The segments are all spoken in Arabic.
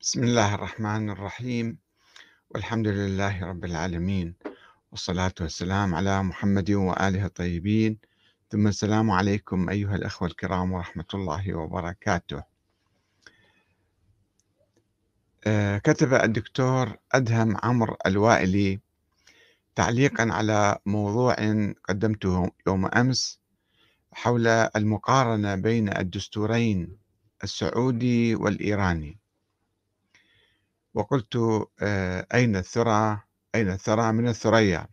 بسم الله الرحمن الرحيم، والحمد لله رب العالمين، والصلاة والسلام على محمد وآله الطيبين، ثم السلام عليكم أيها الأخوة الكرام ورحمة الله وبركاته. كتب الدكتور أدهم عمرو الوائلي تعليقا على موضوع قدمته يوم أمس حول المقارنة بين الدستورين السعودي والإيراني، وقلت: أين الثرى؟ أين الثرى من الثريا؟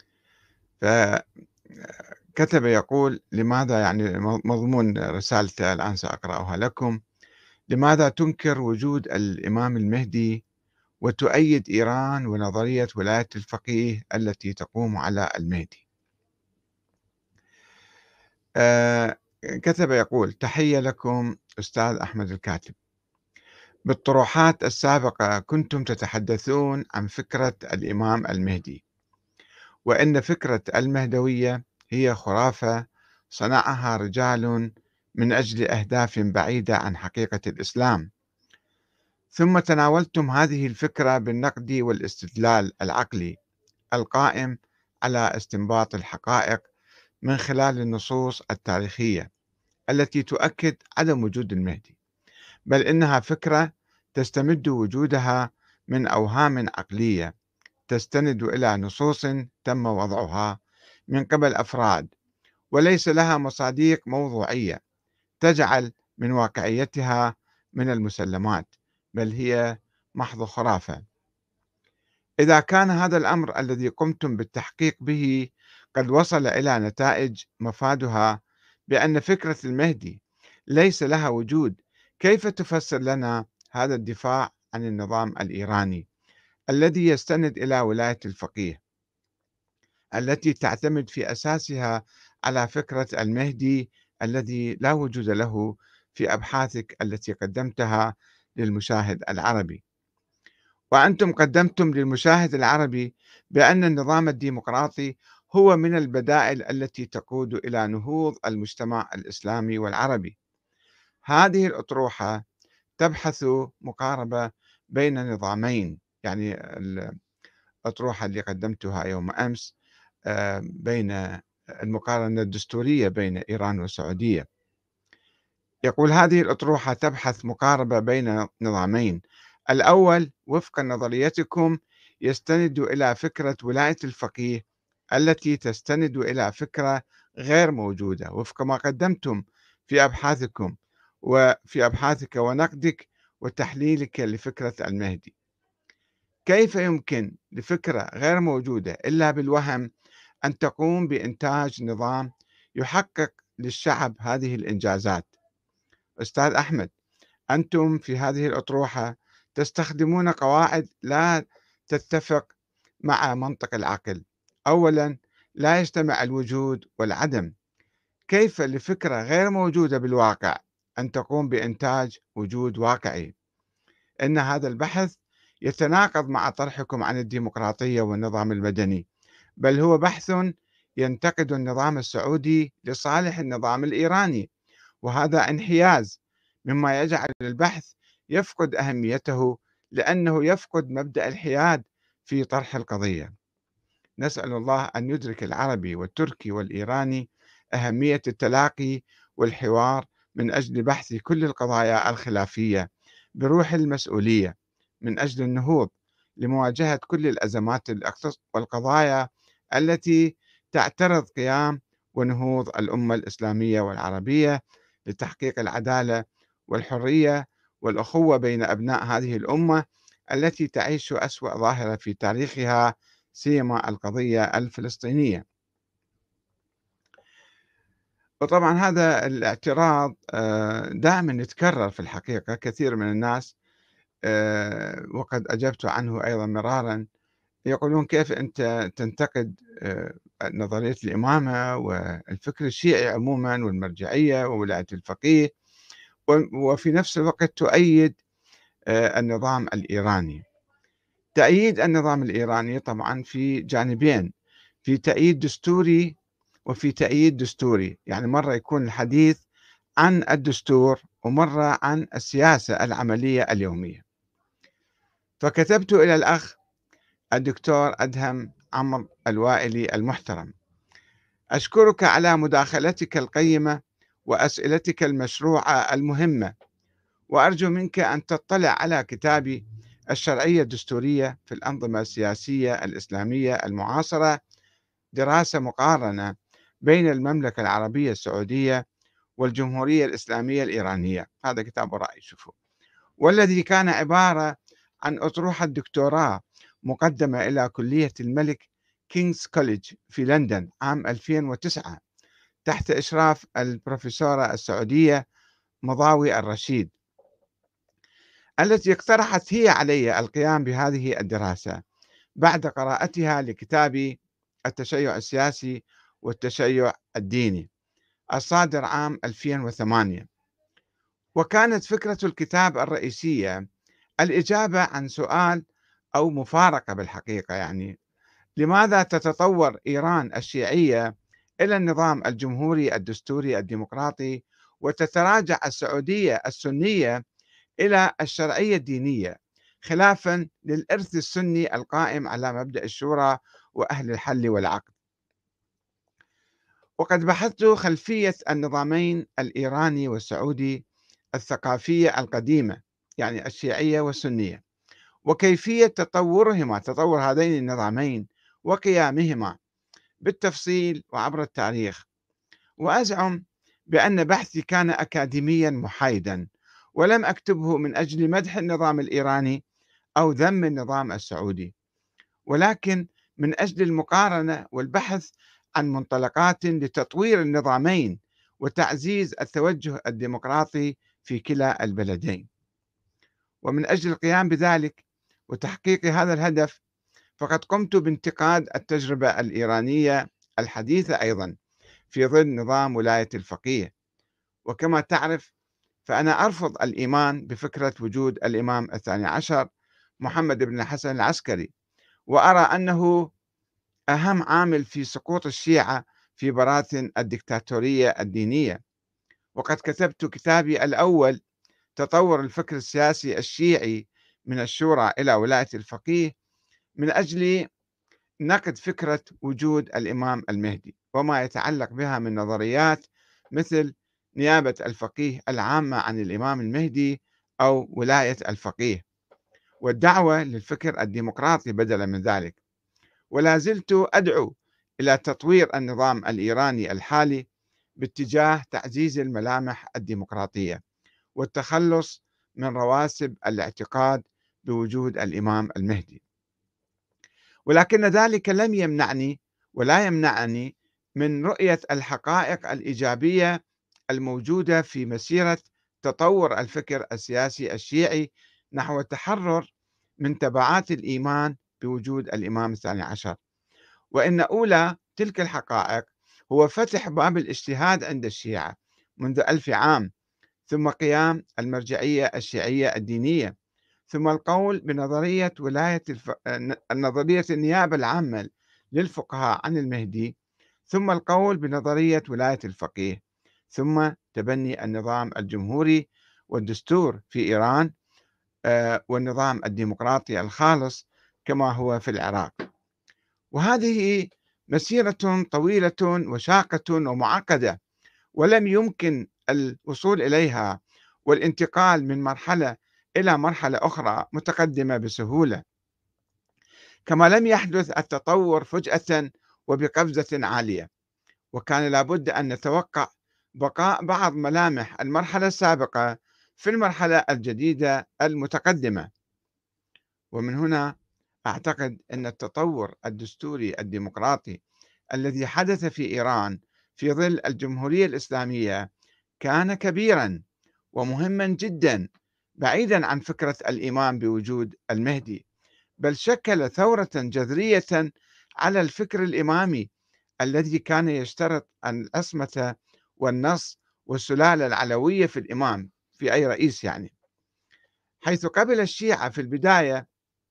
فكتب يقول: لماذا، يعني مضمون رسالته الآن سأقرأها لكم: لماذا تنكر وجود الإمام المهدي وتؤيد إيران ونظرية ولاية الفقيه التي تقوم على المهدي؟ آه، كتب يقول: تحية لكم أستاذ أحمد الكاتب. بالطروحات السابقة كنتم تتحدثون عن فكرة الإمام المهدي، وإن فكرة المهدوية هي خرافة صنعها رجال من أجل أهداف بعيدة عن حقيقة الإسلام، ثم تناولتم هذه الفكرة بالنقد والاستدلال العقلي القائم على استنباط الحقائق من خلال النصوص التاريخية التي تؤكد عدم وجود المهدي، بل إنها فكرة تستمد وجودها من أوهام عقلية تستند إلى نصوص تم وضعها من قبل أفراد، وليس لها مصادق موضوعية تجعل من واقعيتها من المسلمات، بل هي محض خرافة. إذا كان هذا الأمر الذي قمتم بالتحقيق به قد وصل إلى نتائج مفادها بأن فكرة المهدي ليس لها وجود، كيف تفسر لنا هذا الدفاع عن النظام الإيراني الذي يستند إلى ولاية الفقيه التي تعتمد في أساسها على فكرة المهدي الذي لا وجود له في أبحاثك التي قدمتها للمشاهد العربي؟ وأنتم قدمتم للمشاهد العربي بأن النظام الديمقراطي هو من البدائل التي تقود إلى نهوض المجتمع الإسلامي والعربي. هذه الأطروحة تبحث مقاربة بين نظامين، يعني الأطروحة اللي قدمتها يوم أمس بين المقارنة الدستورية بين إيران والسعودية. يقول: هذه الأطروحة تبحث مقاربة بين نظامين، الأول وفق نظريتكم يستند إلى فكرة ولاية الفقيه التي تستند إلى فكرة غير موجودة وفق ما قدمتم في أبحاثكم وفي أبحاثك ونقدك وتحليلك لفكرة المهدي. كيف يمكن لفكرة غير موجودة إلا بالوهم أن تقوم بإنتاج نظام يحقق للشعب هذه الإنجازات؟ أستاذ أحمد، أنتم في هذه الأطروحة تستخدمون قواعد لا تتفق مع منطق العقل. أولا، لا يجتمع الوجود والعدم. كيف لفكرة غير موجودة بالواقع أن تقوم بإنتاج وجود واقعي؟ إن هذا البحث يتناقض مع طرحكم عن الديمقراطية والنظام المدني، بل هو بحث ينتقد النظام السعودي لصالح النظام الإيراني، وهذا انحياز مما يجعل البحث يفقد أهميته لأنه يفقد مبدأ الحياد في طرح القضية. نسأل الله أن يدرك العربي والتركي والإيراني أهمية التلاقي والحوار من أجل بحث كل القضايا الخلافية بروح المسؤولية من أجل النهوض لمواجهة كل الأزمات والقضايا التي تعترض قيام ونهوض الأمة الإسلامية والعربية لتحقيق العدالة والحرية والأخوة بين أبناء هذه الأمة التي تعيش أسوأ ظاهرة في تاريخها، سيما القضية الفلسطينية. وطبعا هذا الاعتراض دائما يتكرر في الحقيقة، كثير من الناس وقد أجبت عنه أيضا مرارا، يقولون: كيف أنت تنتقد نظرية الإمامة والفكر الشيعي عموما والمرجعية وولاية الفقيه، وفي نفس الوقت تؤيد النظام الإيراني؟ تأييد النظام الإيراني طبعا في جانبين: في تأييد دستوري وفي تأييد دستوري، يعني مرة يكون الحديث عن الدستور ومرة عن السياسة العملية اليومية. فكتبت إلى الأخ الدكتور أدهم عمرو الوائلي المحترم: أشكرك على مداخلتك القيمة وأسئلتك المشروعة المهمة، وأرجو منك أن تطلع على كتابي الشرعية الدستورية في الأنظمة السياسية الإسلامية المعاصرة، دراسة مقارنة بين المملكة العربية السعودية والجمهورية الإسلامية الإيرانية. هذا كتاب رأي، شوفوا، والذي كان عبارة عن أطروحة دكتوراه مقدمة إلى كلية الملك كينغز كوليدج في لندن عام 2009 تحت إشراف البروفيسورة السعودية مضاوي الرشيد، التي اقترحت هي علي القيام بهذه الدراسة بعد قراءتها لكتاب التشيع السياسي والتشيع الديني الصادر عام 2008. وكانت فكرة الكتاب الرئيسية الإجابة عن سؤال أو مفارقة بالحقيقة، يعني لماذا تتطور إيران الشيعية إلى النظام الجمهوري الدستوري الديمقراطي، وتتراجع السعودية السنية إلى الشرعية الدينية، خلافا للإرث السني القائم على مبدأ الشورى وأهل الحل والعقد. وقد بحثت خلفية النظامين الإيراني والسعودي الثقافية القديمة، يعني الشيعية والسنية، وكيفية تطور هذين النظامين وقيامهما بالتفصيل وعبر التاريخ. وأزعم بأن بحثي كان أكاديميا محايدا، ولم أكتبه من أجل مدح النظام الإيراني أو ذم النظام السعودي، ولكن من أجل المقارنة والبحث عن منطلقات لتطوير النظامين وتعزيز التوجه الديمقراطي في كلا البلدين. ومن أجل القيام بذلك وتحقيق هذا الهدف، فقد قمت بانتقاد التجربة الإيرانية الحديثة أيضا في ظل نظام ولاية الفقيه. وكما تعرف، فأنا أرفض الإيمان بفكرة وجود الإمام الثاني عشر محمد بن الحسن العسكري، وأرى أنه أهم عامل في سقوط الشيعة في براثن الدكتاتورية الدينية. وقد كتبت كتابي الأول تطور الفكر السياسي الشيعي من الشورى إلى ولاية الفقيه من أجل نقد فكرة وجود الإمام المهدي وما يتعلق بها من نظريات مثل نيابة الفقيه العامة عن الإمام المهدي أو ولاية الفقيه، والدعوة للفكر الديمقراطي بدلا من ذلك. ولا زلت أدعو إلى تطوير النظام الإيراني الحالي باتجاه تعزيز الملامح الديمقراطية والتخلص من رواسب الاعتقاد بوجود الإمام المهدي. ولكن ذلك لم يمنعني ولا يمنعني من رؤية الحقائق الإيجابية الموجودة في مسيرة تطور الفكر السياسي الشيعي نحو التحرر من تبعات الإيمان بوجود الإمام الثاني عشر. وإن أولى تلك الحقائق هو فتح باب الاجتهاد عند الشيعة منذ 1000 عام، ثم قيام المرجعية الشيعية الدينية، ثم القول بنظرية نظرية النيابة العامة للفقهاء عن المهدي، ثم القول بنظرية ولاية الفقيه، ثم تبني النظام الجمهوري والدستور في إيران، والنظام الديمقراطي الخالص كما هو في العراق. وهذه مسيرة طويلة وشاقة ومعقدة، ولم يمكن الوصول إليها والانتقال من مرحلة إلى مرحلة أخرى متقدمة بسهولة، كما لم يحدث التطور فجأة وبقفزة عالية، وكان لابد أن نتوقع بقاء بعض ملامح المرحلة السابقة في المرحلة الجديدة المتقدمة. ومن هنا أعتقد أن التطور الدستوري الديمقراطي الذي حدث في إيران في ظل الجمهورية الإسلامية كان كبيرا ومهما جدا، بعيدا عن فكرة الإيمان بوجود المهدي، بل شكل ثورة جذرية على الفكر الإمامي الذي كان يشترط العصمة والنص والسلالة العلوية في الإمام، في أي رئيس يعني، حيث قبل الشيعة في البداية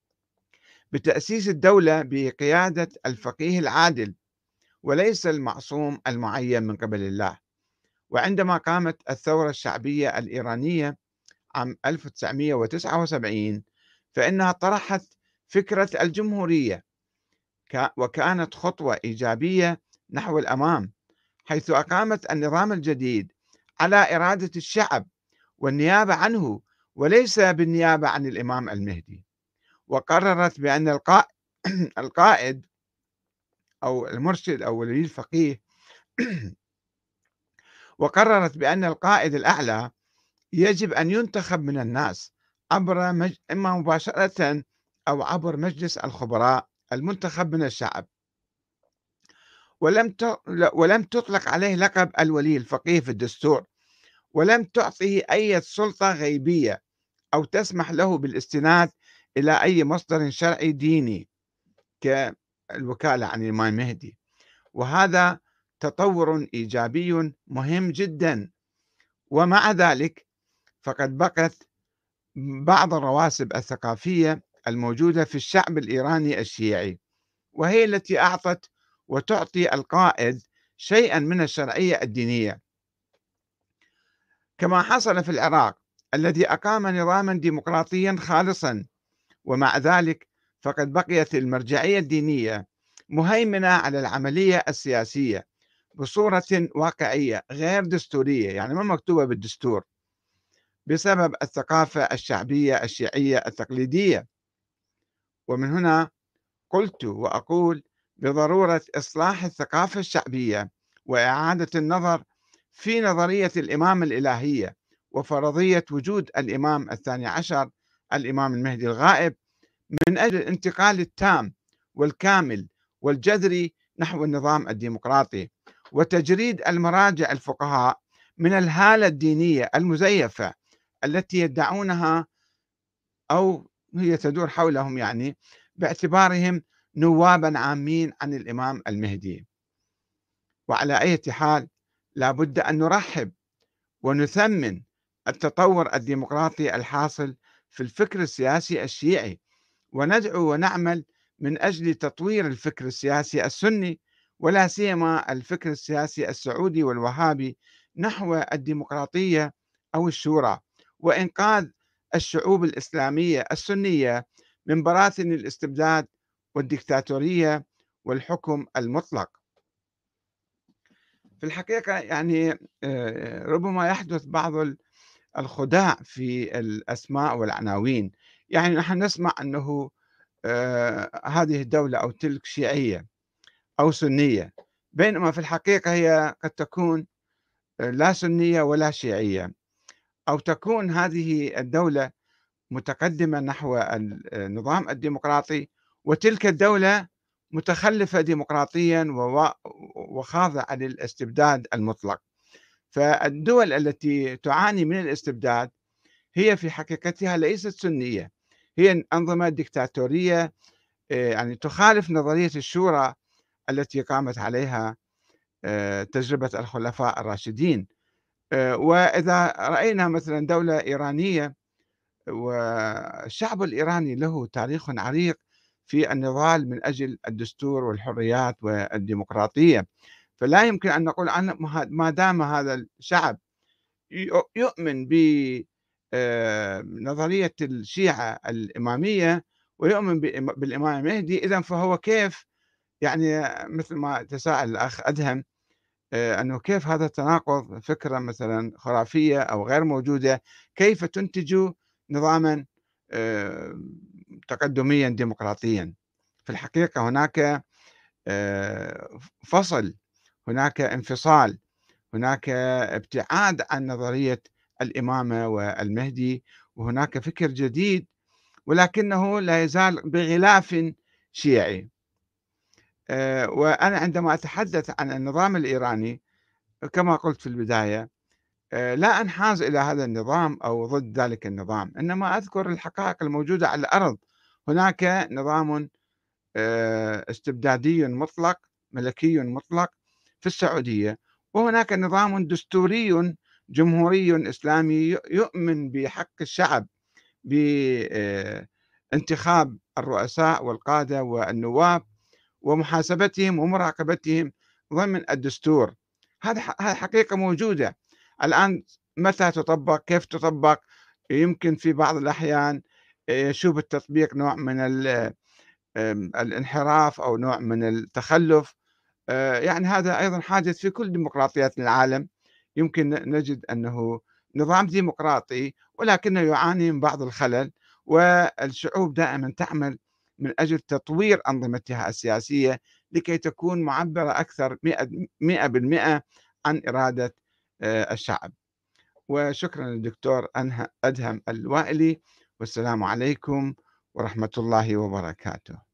بتأسيس الدولة بقيادة الفقيه العادل وليس المعصوم المعين من قبل الله. وعندما قامت الثورة الشعبية الإيرانية عام 1979 فإنها طرحت فكرة الجمهورية، وكانت خطوة إيجابية نحو الأمام، حيث أقامت النظام الجديد على إرادة الشعب والنيابة عنه، وليس بالنيابة عن الإمام المهدي. وقررت بأن القائد أو المرشد أو ولي الفقيه وقررت بأن القائد الأعلى يجب أن ينتخب من الناس عبر إما مباشرة أو عبر مجلس الخبراء المنتخب من الشعب. ولم تطلق عليه لقب الولي الفقيه في الدستور، ولم تعطه أي سلطة غيبية أو تسمح له بالاستناد إلى أي مصدر شرعي ديني كالوكالة عن الإمام المهدي. وهذا تطور إيجابي مهم جدا. ومع ذلك فقد بقت بعض الرواسب الثقافية الموجودة في الشعب الإيراني الشيعي، وهي التي أعطت وتعطي القائد شيئا من الشرعية الدينية، كما حصل في العراق الذي أقام نظاما ديمقراطيا خالصا. ومع ذلك فقد بقيت المرجعية الدينية مهيمنة على العملية السياسية بصورة واقعية غير دستورية، يعني ما مكتوبة بالدستور، بسبب الثقافة الشعبية الشيعية التقليدية. ومن هنا قلت وأقول بضرورة إصلاح الثقافة الشعبية وإعادة النظر في نظرية الإمامة الإلهية وفرضية وجود الإمام الثاني عشر الإمام المهدي الغائب، من أجل الانتقال التام والكامل والجذري نحو النظام الديمقراطي، وتجريد المراجع الفقهاء من الهالة الدينية المزيفة التي يدعونها أو هي تدور حولهم، يعني باعتبارهم نوابا عامين عن الإمام المهدي. وعلى أي حال لا بد أن نرحب ونثمن التطور الديمقراطي الحاصل في الفكر السياسي الشيعي، وندعو ونعمل من أجل تطوير الفكر السياسي السني، ولا سيما الفكر السياسي السعودي والوهابي، نحو الديمقراطية أو الشورى، وإنقاذ الشعوب الإسلامية السنية من براثن الاستبداد والديكتاتورية والحكم المطلق. في الحقيقة يعني ربما يحدث بعض الخداع في الأسماء والعناوين. يعني نحن نسمع أنه هذه الدولة أو تلك شيعية أو سنية، بينما في الحقيقة هي قد تكون لا سنية ولا شيعية، أو تكون هذه الدولة متقدمة نحو النظام الديمقراطي، وتلك الدولة متخلفة ديمقراطيا وخاضعة للاستبداد المطلق. فالدول التي تعاني من الاستبداد هي في حقيقتها ليست سنية، هي أنظمة ديكتاتورية، يعني تخالف نظرية الشورى التي قامت عليها تجربة الخلفاء الراشدين. وإذا رأينا مثلا دولة إيرانية، والشعب الإيراني له تاريخ عريق في النضال من أجل الدستور والحريات والديمقراطية، فلا يمكن أن نقول ما دام هذا الشعب يؤمن بنظرية الشيعة الإمامية ويؤمن بالإمام المهدي، إذا فهو كيف، يعني مثل ما تساءل الأخ أدهم، أنه كيف هذا التناقض، فكرة مثلا خرافية أو غير موجودة كيف تنتج نظاما آه، تقدميا ديمقراطيا؟ في الحقيقة هناك فصل، هناك انفصال، هناك ابتعاد عن نظرية الإمامة والمهدي، وهناك فكر جديد ولكنه لا يزال بغلاف شيعي. وأنا عندما أتحدث عن النظام الإيراني كما قلت في البداية لا أنحاز إلى هذا النظام أو ضد ذلك النظام، إنما أذكر الحقائق الموجودة على الأرض. هناك نظام استبدادي مطلق ملكي مطلق في السعودية، وهناك نظام دستوري جمهوري إسلامي يؤمن بحق الشعب بانتخاب الرؤساء والقادة والنواب ومحاسبتهم ومراقبتهم ضمن الدستور. هذه حقيقة موجودة الآن. متى تطبق؟ كيف تطبق؟ يمكن في بعض الأحيان يشوب التطبيق نوع من الانحراف أو نوع من التخلُّف. يعني هذا أيضًا حادث في كل ديمقراطيات العالم. يمكن نجد أنه نظام ديمقراطي ولكنه يعاني من بعض الخلل، والشعوب دائمًا تعمل من أجل تطوير أنظمتها السياسية لكي تكون مُعبّرة أكثر 100% عن إرادة الشعب. وشكرًا للدكتور أدهم الوائلي، والسلام عليكم ورحمة الله وبركاته.